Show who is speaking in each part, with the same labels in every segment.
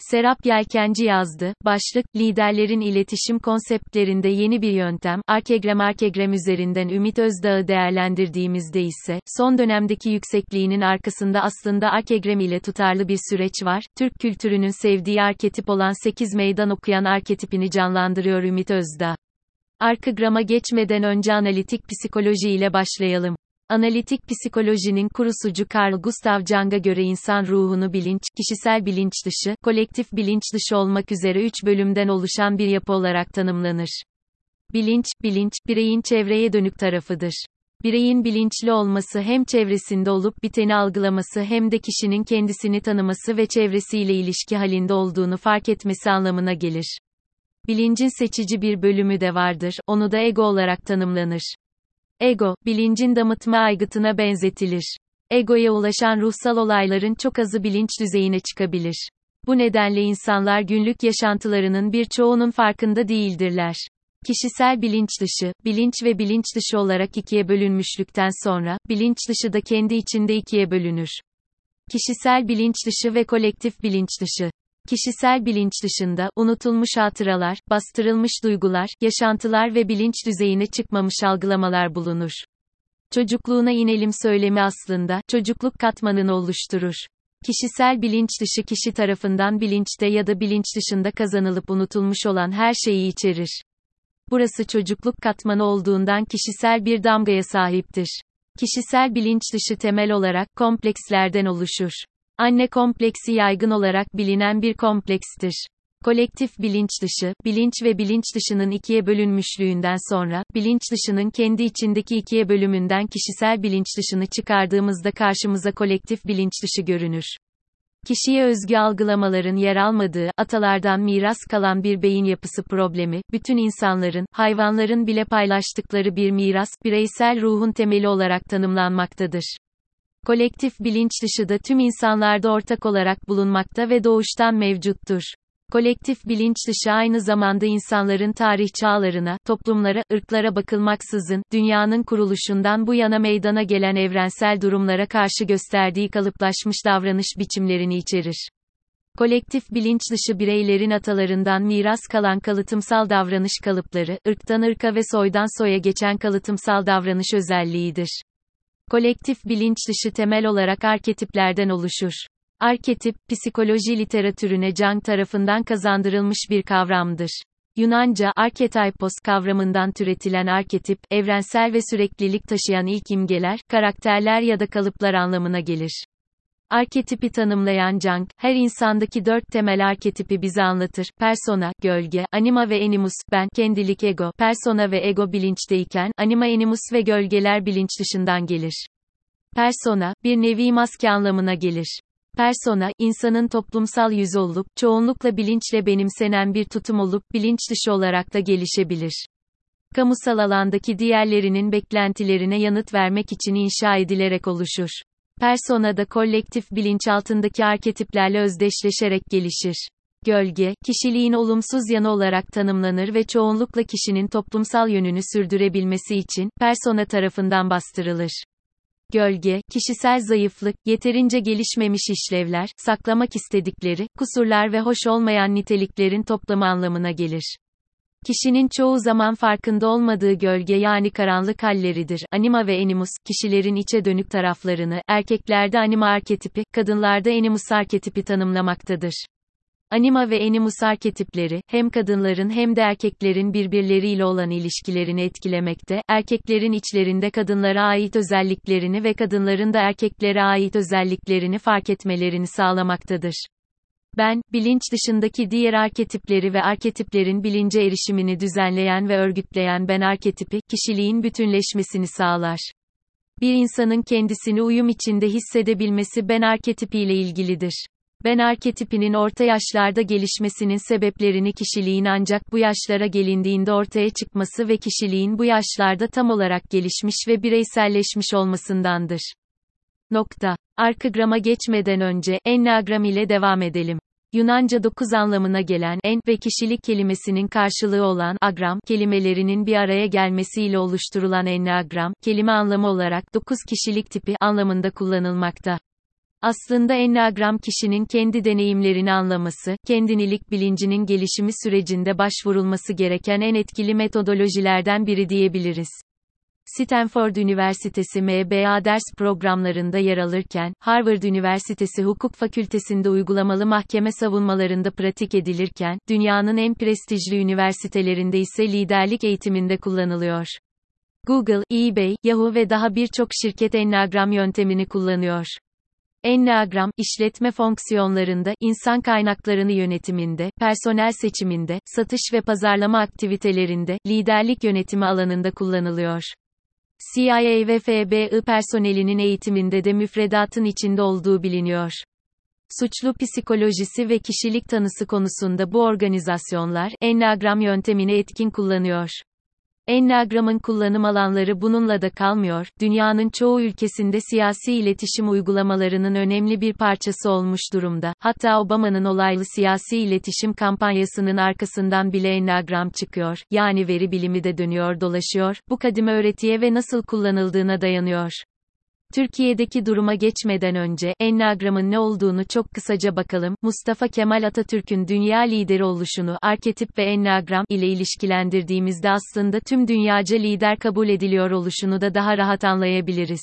Speaker 1: Serap Yelkenci yazdı. Başlık, liderlerin iletişim konseptlerinde yeni bir yöntem, Arkegram üzerinden Ümit Özdağ'ı değerlendirdiğimizde ise, son dönemdeki yüksekliğinin arkasında aslında Arkegram ile tutarlı bir süreç var. Türk kültürünün sevdiği arketip olan 8 meydan okuyan arketipini canlandırıyor Ümit Özdağ. Arkegram'a geçmeden önce analitik psikoloji ile başlayalım. Analitik psikolojinin kurucusu Carl Gustav Jung'a göre insan ruhunu bilinç, kişisel bilinç dışı, kolektif bilinç dışı olmak üzere 3 bölümden oluşan bir yapı olarak tanımlanır. Bilinç, bireyin çevreye dönük tarafıdır. Bireyin bilinçli olması hem çevresinde olup biteni algılaması hem de kişinin kendisini tanıması ve çevresiyle ilişki halinde olduğunu fark etmesi anlamına gelir. Bilincin seçici bir bölümü de vardır, onu da ego olarak tanımlanır. Ego, bilincin damıtma aygıtına benzetilir. Egoya ulaşan ruhsal olayların çok azı bilinç düzeyine çıkabilir. Bu nedenle insanlar günlük yaşantılarının birçoğunun farkında değildirler. Kişisel bilinç dışı, bilinç ve bilinç dışı olarak ikiye bölünmüşlükten sonra, bilinç dışı da kendi içinde ikiye bölünür. Kişisel bilinç dışı ve kolektif bilinç dışı. Kişisel bilinç dışında, unutulmuş hatıralar, bastırılmış duygular, yaşantılar ve bilinç düzeyine çıkmamış algılamalar bulunur. Çocukluğuna inelim söylemi aslında, çocukluk katmanını oluşturur. Kişisel bilinç dışı kişi tarafından bilinçte ya da bilinç dışında kazanılıp unutulmuş olan her şeyi içerir. Burası çocukluk katmanı olduğundan kişisel bir damgaya sahiptir. Kişisel bilinç dışı temel olarak komplekslerden oluşur. Anne kompleksi yaygın olarak bilinen bir komplekstir. Kolektif bilinç dışı, bilinç ve bilinç dışının ikiye bölünmüşlüğünden sonra, bilinç dışının kendi içindeki ikiye bölümünden kişisel bilinç dışını çıkardığımızda karşımıza kolektif bilinç dışı görünür. Kişiye özgü algılamaların yer almadığı, atalardan miras kalan bir beyin yapısı problemi, bütün insanların, hayvanların bile paylaştıkları bir miras, bireysel ruhun temeli olarak tanımlanmaktadır. Kolektif bilinç dışı da tüm insanlarda ortak olarak bulunmakta ve doğuştan mevcuttur. Kolektif bilinç dışı aynı zamanda insanların tarih çağlarına, toplumlara, ırklara bakılmaksızın, dünyanın kuruluşundan bu yana meydana gelen evrensel durumlara karşı gösterdiği kalıplaşmış davranış biçimlerini içerir. Kolektif bilinç dışı bireylerin atalarından miras kalan kalıtımsal davranış kalıpları, ırktan ırka ve soydan soya geçen kalıtımsal davranış özelliğidir. Kolektif bilinç dışı temel olarak arketiplerden oluşur. Arketip, psikoloji literatürüne Jung tarafından kazandırılmış bir kavramdır. Yunanca, archetypos kavramından türetilen arketip, evrensel ve süreklilik taşıyan ilk imgeler, karakterler ya da kalıplar anlamına gelir. Arketipi tanımlayan Jung, her insandaki 4 temel arketipi bize anlatır. Persona, gölge, anima ve animus, ben, kendilik ego, persona ve ego bilinçteyken, anima animus ve gölgeler bilinç dışından gelir. Persona, bir nevi maske anlamına gelir. Persona, insanın toplumsal yüzü olup, çoğunlukla bilinçle benimsenen bir tutum olup, bilinç dışı olarak da gelişebilir. Kamusal alandaki diğerlerinin beklentilerine yanıt vermek için inşa edilerek oluşur. Persona da kolektif bilinçaltındaki arketiplerle özdeşleşerek gelişir. Gölge, kişiliğin olumsuz yanı olarak tanımlanır ve çoğunlukla kişinin toplumsal yönünü sürdürebilmesi için, persona tarafından bastırılır. Gölge, kişisel zayıflık, yeterince gelişmemiş işlevler, saklamak istedikleri, kusurlar ve hoş olmayan niteliklerin toplamı anlamına gelir. Kişinin çoğu zaman farkında olmadığı gölge yani karanlık halleridir. Anima ve animus, kişilerin içe dönük taraflarını, erkeklerde anima arketipi, kadınlarda animus arketipi tanımlamaktadır. Anima ve animus arketipleri, hem kadınların hem de erkeklerin birbirleriyle olan ilişkilerini etkilemekte, erkeklerin içlerinde kadınlara ait özelliklerini ve kadınların da erkeklere ait özelliklerini fark etmelerini sağlamaktadır. Ben, bilinç dışındaki diğer arketipleri ve arketiplerin bilince erişimini düzenleyen ve örgütleyen ben arketipi, kişiliğin bütünleşmesini sağlar. Bir insanın kendisini uyum içinde hissedebilmesi ben arketipiyle ilgilidir. Ben arketipinin orta yaşlarda gelişmesinin sebeplerini kişiliğin ancak bu yaşlara gelindiğinde ortaya çıkması ve kişiliğin bu yaşlarda tam olarak gelişmiş ve bireyselleşmiş olmasındandır. Arkegram'a geçmeden önce, enneagram ile devam edelim. Yunanca 9 anlamına gelen en ve kişilik kelimesinin karşılığı olan agram kelimelerinin bir araya gelmesiyle oluşturulan enneagram, kelime anlamı olarak 9 kişilik tipi anlamında kullanılmakta. Aslında Enneagram kişinin kendi deneyimlerini anlaması, kendinilik bilincinin gelişimi sürecinde başvurulması gereken en etkili metodolojilerden biri diyebiliriz. Stanford Üniversitesi MBA ders programlarında yer alırken, Harvard Üniversitesi Hukuk Fakültesi'nde uygulamalı mahkeme savunmalarında pratik edilirken, dünyanın en prestijli üniversitelerinde ise liderlik eğitiminde kullanılıyor. Google, eBay, Yahoo ve daha birçok şirket Enneagram yöntemini kullanıyor. Enneagram, işletme fonksiyonlarında, insan kaynaklarını yönetiminde, personel seçiminde, satış ve pazarlama aktivitelerinde, liderlik yönetimi alanında kullanılıyor. CIA ve FBI personelinin eğitiminde de müfredatın içinde olduğu biliniyor. Suçlu psikolojisi ve kişilik tanısı konusunda bu organizasyonlar, Enneagram yöntemini etkin kullanıyor. Enneagram'ın kullanım alanları bununla da kalmıyor, dünyanın çoğu ülkesinde siyasi iletişim uygulamalarının önemli bir parçası olmuş durumda, hatta Obama'nın olaylı siyasi iletişim kampanyasının arkasından bile Enneagram çıkıyor, yani veri bilimi de dönüyor dolaşıyor, bu kadim öğretiye ve nasıl kullanıldığına dayanıyor. Türkiye'deki duruma geçmeden önce, Enneagram'ın ne olduğunu çok kısaca bakalım. Mustafa Kemal Atatürk'ün dünya lideri oluşunu, arketip ve Enneagram ile ilişkilendirdiğimizde aslında tüm dünyaca lider kabul ediliyor oluşunu da daha rahat anlayabiliriz.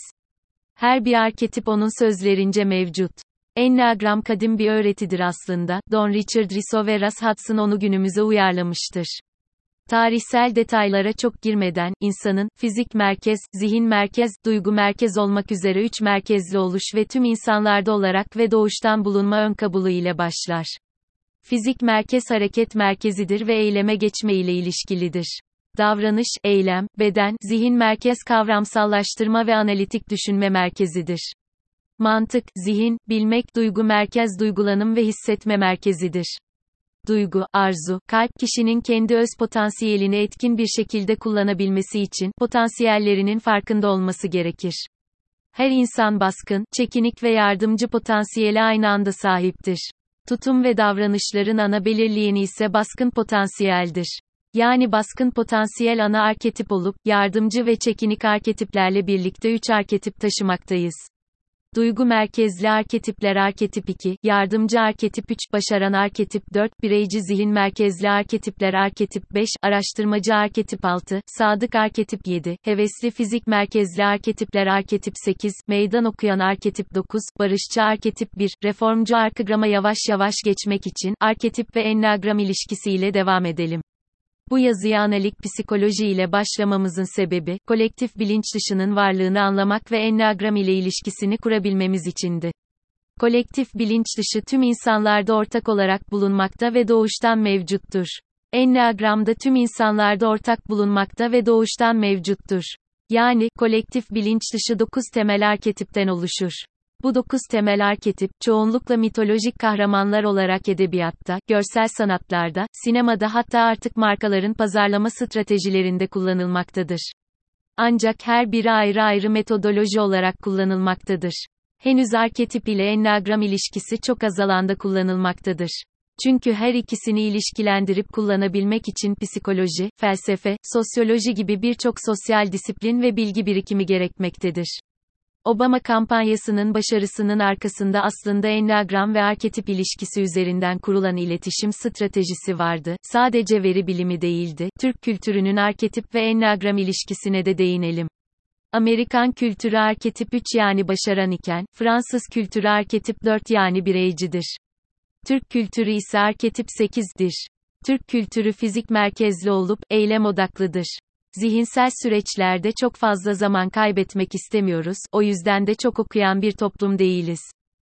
Speaker 1: Her bir arketip onun sözlerince mevcut. Enneagram kadim bir öğretidir aslında, Don Richard Riso ve Russ Hudson onu günümüze uyarlamıştır. Tarihsel detaylara çok girmeden, insanın, fizik merkez, zihin merkez, duygu merkez olmak üzere üç merkezli oluş ve tüm insanlarda olarak ve doğuştan bulunma önkabulu ile başlar. Fizik merkez hareket merkezidir ve eyleme geçme ile ilişkilidir. Davranış, eylem, beden, zihin merkez kavramsallaştırma ve analitik düşünme merkezidir. Mantık, zihin, bilmek, duygu merkez duygulanım ve hissetme merkezidir. Duygu, arzu, kalp, kişinin kendi öz potansiyelini etkin bir şekilde kullanabilmesi için, potansiyellerinin farkında olması gerekir. Her insan baskın, çekinik ve yardımcı potansiyele aynı anda sahiptir. Tutum ve davranışların ana belirleyeni ise baskın potansiyeldir. Yani baskın potansiyel ana arketip olup, yardımcı ve çekinik arketiplerle birlikte üç arketip taşımaktayız. Duygu merkezli arketipler arketip 2, yardımcı arketip 3, başaran arketip 4, bireyci zihin merkezli arketipler arketip 5, araştırmacı arketip 6, sadık arketip 7, hevesli fizik merkezli arketipler arketip 8, meydan okuyan arketip 9, barışçı arketip 1, reformcu arkegrama yavaş yavaş geçmek için, arketip ve enneagram ilişkisiyle devam edelim. Bu yazıya analik psikoloji ile başlamamızın sebebi, kolektif bilinç dışının varlığını anlamak ve enneagram ile ilişkisini kurabilmemiz içindi. Kolektif bilinç dışı tüm insanlarda ortak olarak bulunmakta ve doğuştan mevcuttur. Enneagram da tüm insanlarda ortak bulunmakta ve doğuştan mevcuttur. Yani, kolektif bilinç dışı 9 temel arketipten oluşur. Bu 9 temel arketip, çoğunlukla mitolojik kahramanlar olarak edebiyatta, görsel sanatlarda, sinemada hatta artık markaların pazarlama stratejilerinde kullanılmaktadır. Ancak her biri ayrı ayrı metodoloji olarak kullanılmaktadır. Henüz arketip ile enneagram ilişkisi çok az alanda kullanılmaktadır. Çünkü her ikisini ilişkilendirip kullanabilmek için psikoloji, felsefe, sosyoloji gibi birçok sosyal disiplin ve bilgi birikimi gerekmektedir. Obama kampanyasının başarısının arkasında aslında enneagram ve arketip ilişkisi üzerinden kurulan iletişim stratejisi vardı. Sadece veri bilimi değildi. Türk kültürünün arketip ve enneagram ilişkisine de değinelim. Amerikan kültürü arketip 3 yani başaran iken, Fransız kültürü arketip 4 yani bireycidir. Türk kültürü ise arketip 8'dir. Türk kültürü fizik merkezli olup, eylem odaklıdır. Zihinsel süreçlerde çok fazla zaman kaybetmek istemiyoruz, o yüzden de çok okuyan bir toplum değiliz.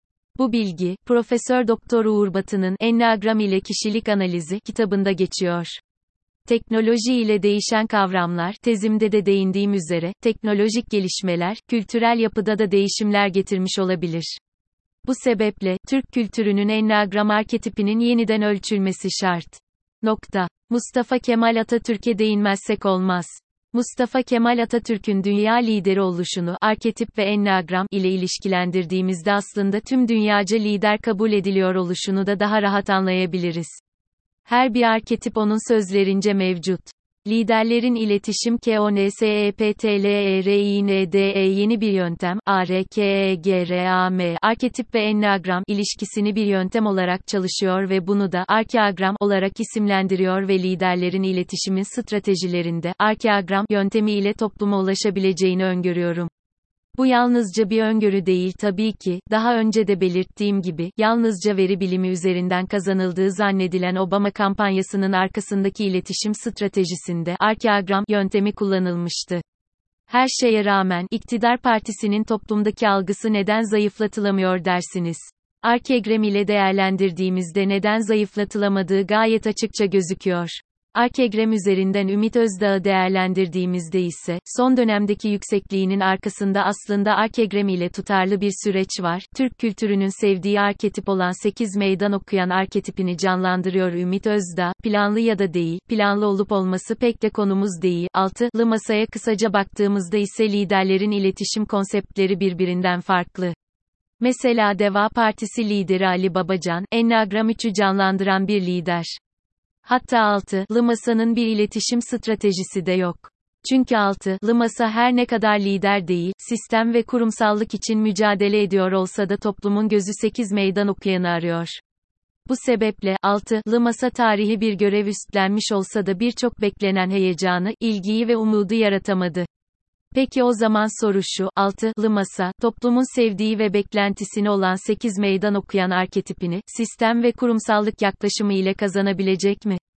Speaker 1: Bu bilgi, Profesör Doktor Uğur Batı'nın Enneagram ile Kişilik Analizi kitabında geçiyor. Teknoloji ile değişen kavramlar, tezimde de değindiğim üzere, teknolojik gelişmeler, kültürel yapıda da değişimler getirmiş olabilir. Bu sebeple, Türk kültürünün enneagram arketipinin yeniden ölçülmesi şart. Mustafa Kemal Atatürk'e değinmezsek olmaz. Mustafa Kemal Atatürk'ün dünya lideri oluşunu, arketip ve enneagram ile ilişkilendirdiğimizde aslında tüm dünyaca lider kabul ediliyor oluşunu da daha rahat anlayabiliriz. Her bir arketip onun sözlerince mevcut. Liderlerin iletişim KONSEPTLERINDE yeni bir yöntem, ARKEGRAM, arketip ve enneagram ilişkisini bir yöntem olarak çalışıyor ve bunu da arkeagram olarak isimlendiriyor ve liderlerin iletişimin stratejilerinde arkeagram yöntemi ile topluma ulaşabileceğini öngörüyorum. Bu yalnızca bir öngörü değil tabii ki, daha önce de belirttiğim gibi, yalnızca veri bilimi üzerinden kazanıldığı zannedilen Obama kampanyasının arkasındaki iletişim stratejisinde arkeagram yöntemi kullanılmıştı. Her şeye rağmen, iktidar partisinin toplumdaki algısı neden zayıflatılamıyor dersiniz? Arkegram ile değerlendirdiğimizde neden zayıflatılamadığı gayet açıkça gözüküyor. Arkegram üzerinden Ümit Özdağ'ı değerlendirdiğimizde ise, son dönemdeki yüksekliğinin arkasında aslında Arkegram ile tutarlı bir süreç var. Türk kültürünün sevdiği arketip olan 8 meydan okuyan arketipini canlandırıyor Ümit Özdağ. Planlı ya da değil, planlı olup olması pek de konumuz değil. 6'lı masaya kısaca baktığımızda ise liderlerin iletişim konseptleri birbirinden farklı. Mesela Deva Partisi lideri Ali Babacan, Enneagram 3'ü canlandıran bir lider. Hatta 6'lı masanın bir iletişim stratejisi de yok. Çünkü 6'lı masa her ne kadar lider değil, sistem ve kurumsallık için mücadele ediyor olsa da toplumun gözü 8 meydan okuyanı arıyor. Bu sebeple, 6'lı masa tarihi bir görev üstlenmiş olsa da birçok beklenen heyecanı, ilgiyi ve umudu yaratamadı. Peki o zaman soru şu, 6'lı masa, toplumun sevdiği ve beklentisini olan 8 meydan okuyan arketipini, sistem ve kurumsallık yaklaşımı ile kazanabilecek mi?